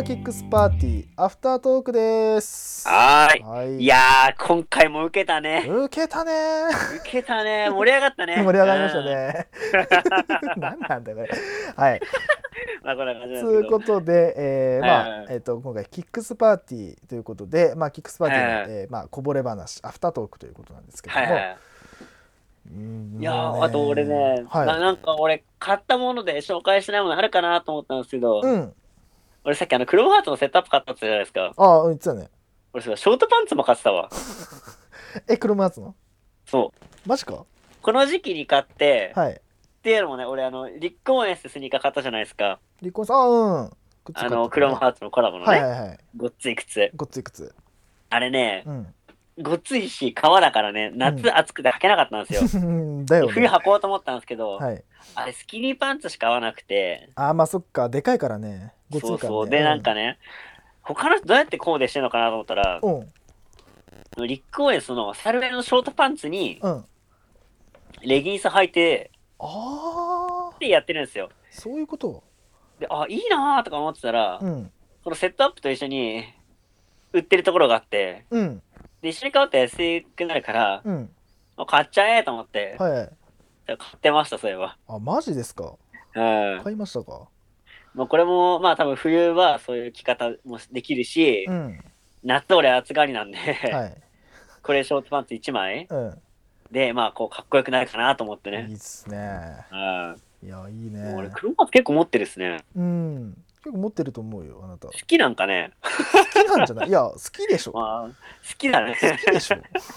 パキックスパーティーアフタートークです。 いやー、今回も受けたね。 受けたね。 盛り上がったね。 盛り上がりましたね。何なんだよね。はい。 まあこんな感じなんというですけど。 ことで、今回キックスパーティーということで、キックスパーティーの、こぼれ話アフタートークということなんですけども、 いやー、あと俺ね、なんか俺買ったもので紹介しないものあるかなと思ったんですけど、俺さっきクロムハーツのセットアップ買ったって言ったじゃないですか。 ああ、言ってたね。 俺ショートパンツも買ってたわ。 クロムハーツの？ そう。 マジか？ この時期に買って、 はい。 っていうのもね、俺リックオンエスってスニーカー買ったじゃないですか。 リコンさん、 クロムハーツのコラボのね。ごっつい靴。 ごっつい靴。 あれね、ごっついし、革だからね、夏暑くて履けなかったんですよ。 だよね。 冬履こうと思ったんですけど、あれスキニーパンツしか合わなくて。 そっか、でかいからね。ごついからね。 そう。で、なんかね、他の人どうやってコーデしてんのかなと思ったら、リックオンエスのサルベのショートパンツに、レギンス履いて、ってやってるんですよ。 そういうこと。 で、いいなーとか思ってたら、このセットアップと一緒に売ってるところがあって、で、一緒に買うと安くなるから、買っちゃえと思って、買ってました、そういえば。 マジですか？買いましたか？ これも、多分冬はそういう着方もできるし、夏俺暑がりなんで、これショートパンツ1枚、で、こうかっこよくなるかなと思ってね。 いいっすね。いや、いいね。 俺、クロムハーツ結構持ってるっすね。 結構持ってると思うよ、あなた。 好きなんかね。 好きなんじゃない？いや、好きでしょ。 好きだね。 好きでしょ。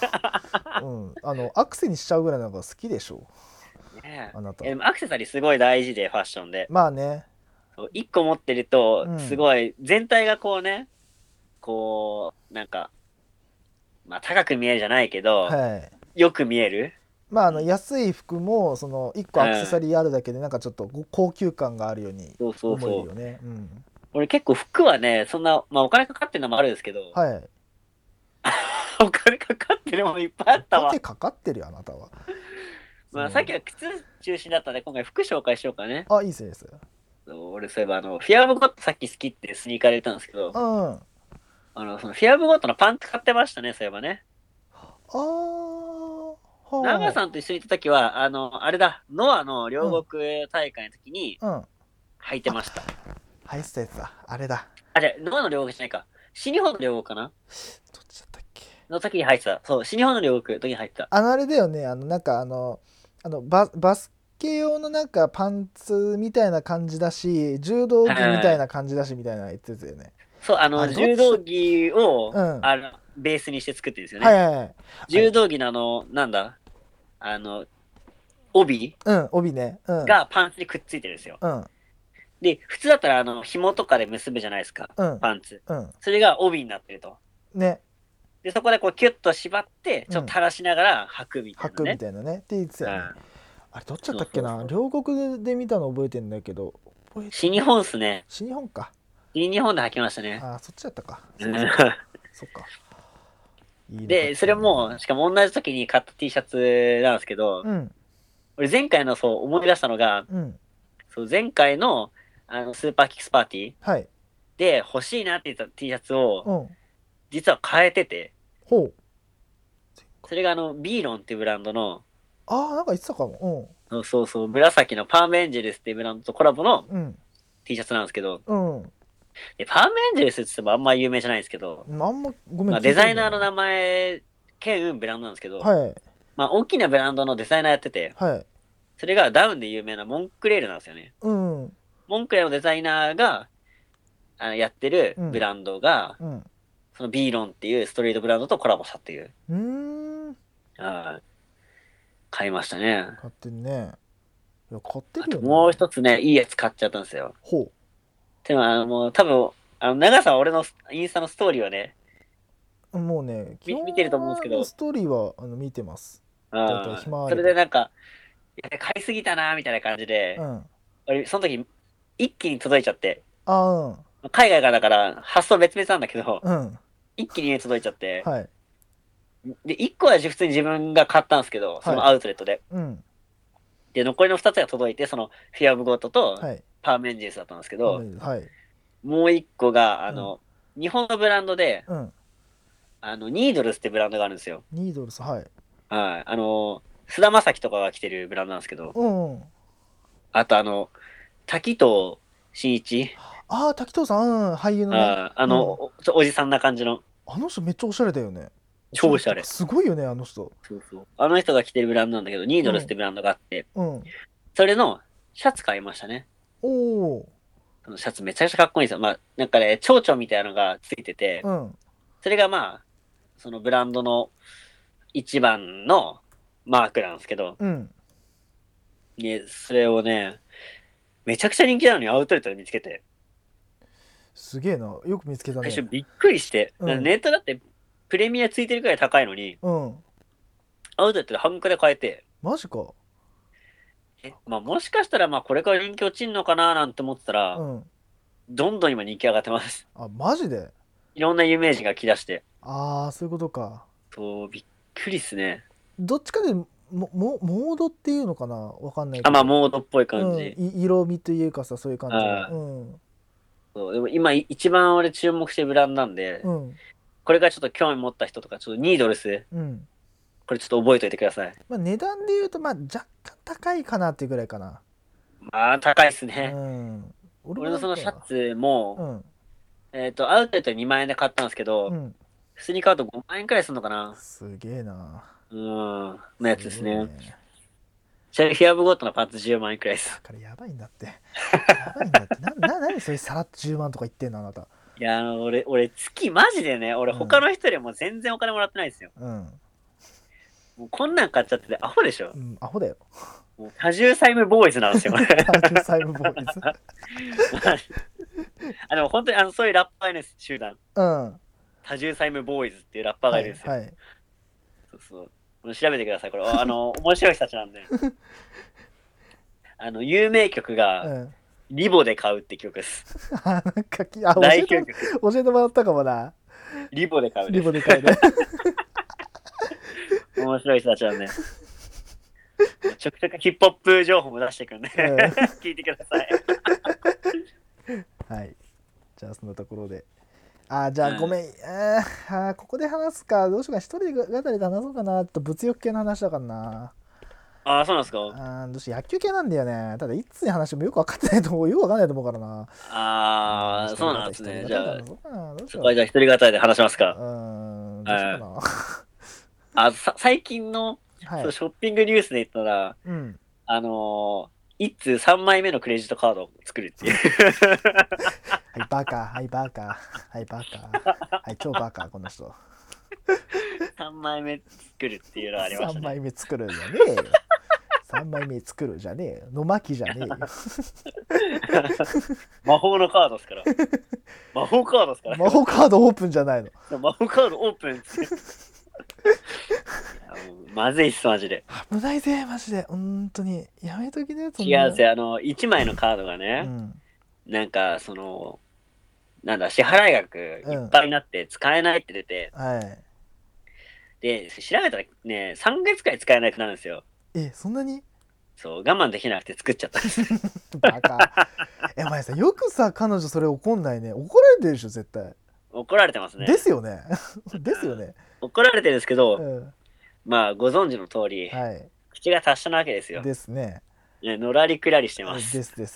アクセにしちゃうぐらいなんか好きでしょ。あなた。 アクセサリーすごい大事で、ファッションで。 まあね。 1個持ってると、すごい、全体がこうね、こう、なんか、高く見えるじゃないけど、よく見える。 安い服もその1個アクセサリーあるだけでなんかちょっと高級感があるように思えるよね。 俺結構服はね、そんな、お金かかってるのもあるんですけど、お金かかってるものいっぱいあったわ。 お金かかってるよ、あなたは。 さっきは靴中心だったんで、今回服紹介しようかね。 いいです。 俺そういえばフィアーブゴットさっき好きってスニーカーで言ったんですけど、そのフィアーブゴットのパンツ買ってましたね、そういえばね。長さんと一緒に行った時は、あれだ、ノアの両国大会の時に、履いてました。 履いてたやつだ、あれだ。 じゃノアの両国じゃないか。新日本の両国かな？ どっちだったっけ？ の時に履いてた。そう、新日本の両国の時に履いてた。 あれだよね、なんかバスケ用のなんかパンツみたいな感じだし、柔道着みたいな感じだしみたいな言ってたよね。 そう、柔道着を、ベースにして作ってるんですよね。柔道着のなんだ帯帯ね。 がパンツにくっついてるんですよ。で、普通だったら紐とかで結ぶじゃないですか。パンツ。それが帯になってると。 ね。 で、そこでこうキュッと縛って、ちょっと垂らしながら履くみたいなね。 履くみたいなね。って言ってたよね。あれどっちだったっけな？両国で見たの覚えてんだけど。 新日本っすね。 新日本か。 新日本で履きましたね。 そっちだったか。そっか。 で、それも、しかも同じ時に買った T シャツなんですけど、俺前回のそう思い出したのが、そう前回のスーパーキックスパーティーで欲しいなって言った T シャツを、実は変えてて、それがビーロンっていうブランドの、 なんか言ってたかも。 そう、紫のパームエンジェルスっていうブランドとコラボの T シャツなんですけど、でパームエンジェルスって言ってもあんま有名じゃないんですけど、デザイナーの名前兼ブランドなんですけど、大きなブランドのデザイナーやってて、それがダウンで有名なモンクレールなんですよね。モンクレールのデザイナーがやってるブランドが、そのビーロンっていうストリートブランドとコラボしたっていう。買いましたね。 買ってるね。いや、買ってるよね。 もう一つね、いいやつ買っちゃったんですよ。でももう多分、長さは俺のインスタのストーリーはね、 もうね、 見てると思うんですけど、 ストーリーは見てます。 それでなんか、買いすぎたなみたいな感じで、俺その時一気に届いちゃって、海外からだから発送別々なんだけど、一気に届いちゃって、で、1個は普通に自分が買ったんですけど、そのアウトレットで。で、残りの2つが届いて、そのフィアブゴットとパーメンジェスだったんですけど、 もう一個が、日本のブランドで、 うん。 ニードルスってブランドがあるんですよ。 ニードルス、はい。 はい。菅田将暉とかが着てるブランドなんですけど、 うん。 あと滝藤真一。 ああ、滝藤さん、うん、俳優のね。 おじさんな感じの。 あの人めっちゃおしゃれだよね。 超おしゃれ。 すごいよね、あの人。 そうそう。あの人が着てるブランドなんだけど、ニードルスってブランドがあって、 うん。 それのシャツ買いましたね。 おお。 そのシャツめちゃくちゃかっこいいんですよ。まあ、なんかね、蝶々みたいなのがついてて、 うん。 それがまあ、そのブランドの一番のマークなんですけど、 うん。 ね、それをね、めちゃくちゃ人気なのにアウトレットで見つけて。 すげえな。よく見つけたね。 最初びっくりして、 うん、 ネットだってプレミアついてるくらい高いのに、 うん。 アウトレットで半価で買えて、 マジか。 まあもしかしたらまあこれから人気落ちんのかななんて思ってたら、 うん。 どんどん今人気上がってます。 あ、マジで？ いろんな有名人が来だして。 ああ、そういうことか。 そう、びっくりっすね。 どっちかでモードっていうのかな、わかんないけど。 まあモードっぽい感じ。 色味というかさ、そういう感じが。 そうでも今一番俺注目してるブランドなんで、これからちょっと興味持った人とか、ちょっとニードルス、これちょっと覚えておいてください。 まあ値段で言うと、まあ若干高いかなっていうぐらいかな。 まあ高いっすね。俺のそのシャツも、アウトレットで2万円で買ったんですけど、普通に買うと5万円くらいするのかな。 すげえな。 のやつですね。ちなみにヒアブゴットのパンツ10万円くらいです。 だからやばいんだって。やばいんだって。何それさらっと10万とか言ってんのあなた。 いや、俺月マジでね、俺他の人よりも全然お金もらってないですよ。もうこんなん買っちゃっててアホでしょ。 アホだよ。 もう多重債務ボーイズなんですよ。多重債務ボーイズ。 でも本当にそういうラッパーいるんです、集団。多重債務ボーイズっていうラッパーがいるんですよ。そうそう。調べてください。これ、面白い人たちなんで。有名曲が、リボで買うって曲です。 なんか大教えてもらったかもな。 リボで買う。 リボで買うね。 面白い人たちなんで。ちょくちょくヒップホップ情報も出してくるんで、聞いてください。 はい。じゃあそんなところで。じゃあごめん。ここで話すか。どうしようか。一人語りで話そうかな。ちょっと物欲系の話だからな。 そうなんですか。 どうし野球系なんだよね。ただいつに話してもよく分かってないと思う。よく分かんないと思うからな。 そうなんですね。じゃあ、 そこはじゃあ一人語りで話しますか。 どうしようかな。最近のショッピングニュースで言ったら、一通3枚目のクレジットカードを作るっていう。 はい、バカ。はい、バカ。はい、バカ。はい、超バカ、この人。 3枚目作るっていうのがありましたね。 3枚目作るじゃねえよ。3枚目作るじゃねえよ。のまきじゃねえよ。 魔法のカードですから。魔法カードですから。 魔法カードオープンじゃないの。 魔法カードオープンって。まずいっす、マジで。 危ないぜ、マジで。本当に。やめときね、 違うんですよ。1枚のカードがね、なんか、なんだ、支払い額いっぱいになって使えないって出て、で、調べたらね、3ヶ月くらい使えなくなるんですよ。 そんなに？ そう、我慢できなくて作っちゃったんです。 バカ。お前さ、よくさ、彼女それ怒んないね。怒られてるでしょ、絶対。 怒られてますね。 ですよね。ですよね。 怒られてるんですけど、まあ、ご存知の通り、口が達者なわけですよ。 ですね。 のらりくらりしてます。 です。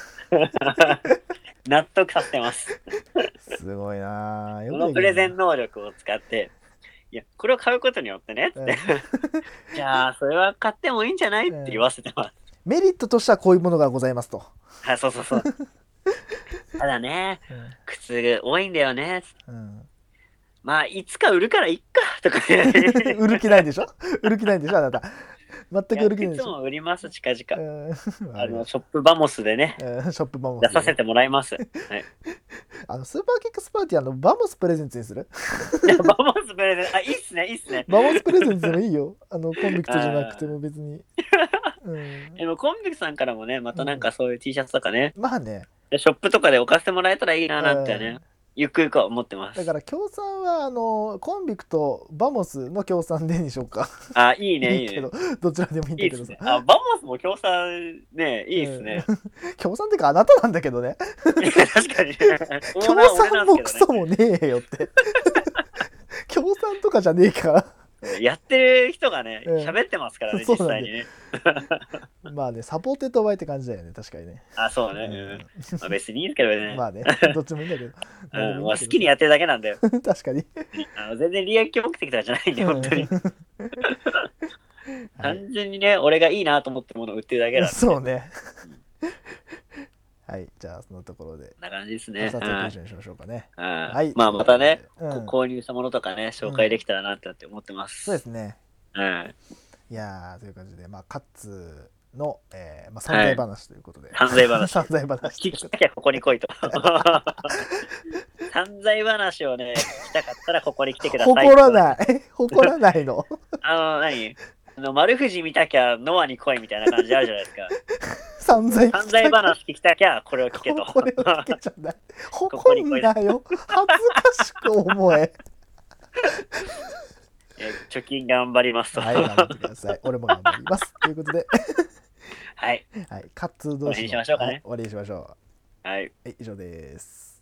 納得させてます。 すごいな。 このプレゼン能力を使って、いや、これを買うことによってね、って。じゃあ、それは買ってもいいんじゃないって言わせてます。 メリットとしてはこういうものがございますと。 そう。ただね、靴多いんだよね。まあ、いつか売るからいっか、とか。 売る気ないでしょあなた。全く売る気ないでしょ。 いつも売ります、近々。ショップバモスでね。 ショップバモス。 出させてもらいます。はい。 スーパーキックスパーティーバモスプレゼンツにする？ バモスプレゼンツ、いいっすね。 バモスプレゼンツでもいいよ。コンビクトじゃなくても別に。 でもコンビクトさんからもね、またなんかそういう T シャツとかね。 まあね。 ショップとかで置かせてもらえたらいいななんてね。 ゆくゆくは思ってます。 だから協賛はコンビクとバモスの協賛でにしようか。 あ、いいね、いいけね。 どどちらでもいいんだけどさ。 バモスも協賛ね、いいですね。 協賛ってかあなたなんだけどね。 確かに。 協賛もクソもねえよって。協賛とかじゃねえか。 やってる人がね、喋ってますからね、実際にね。 まあね、サポーテッドバイって感じだよね、確かにね。 あ、そうね。まあ別にいいですけどね。 まあね、どっちもいいんだけど。 好きにやってるだけなんだよ。 確かに。 全然利益目的とかじゃないんで、本当に。単純にね、俺がいいなと思ってるものを売ってるだけなんで。 そうね。はい、じゃあそのところで。 こんな感じですね。 撮影にしましょうかね。 はい。まあまたね、購入したものとかね、紹介できたらなって思ってます。 そうですね。いやー、という感じで、まあ、カッツの、散財話ということで。 散財話。 散財話。 聞きたきゃここに来いと。散財話をね、聞きたかったらここに来てください。 誇らない。誇らないの。 丸藤見たきゃノアに来いみたいな感じあるじゃないですか。 散財話聞きたきゃこれを聞けと。 これを聞けちゃない。誇んなよ。恥ずかしく思え。 貯金頑張りますと。 はい、頑張ってください。俺も頑張ります。ということで。 はい。 はい、カッツ同士の。 終わりにしましょうかね。 終わりにしましょう。はい。 以上です。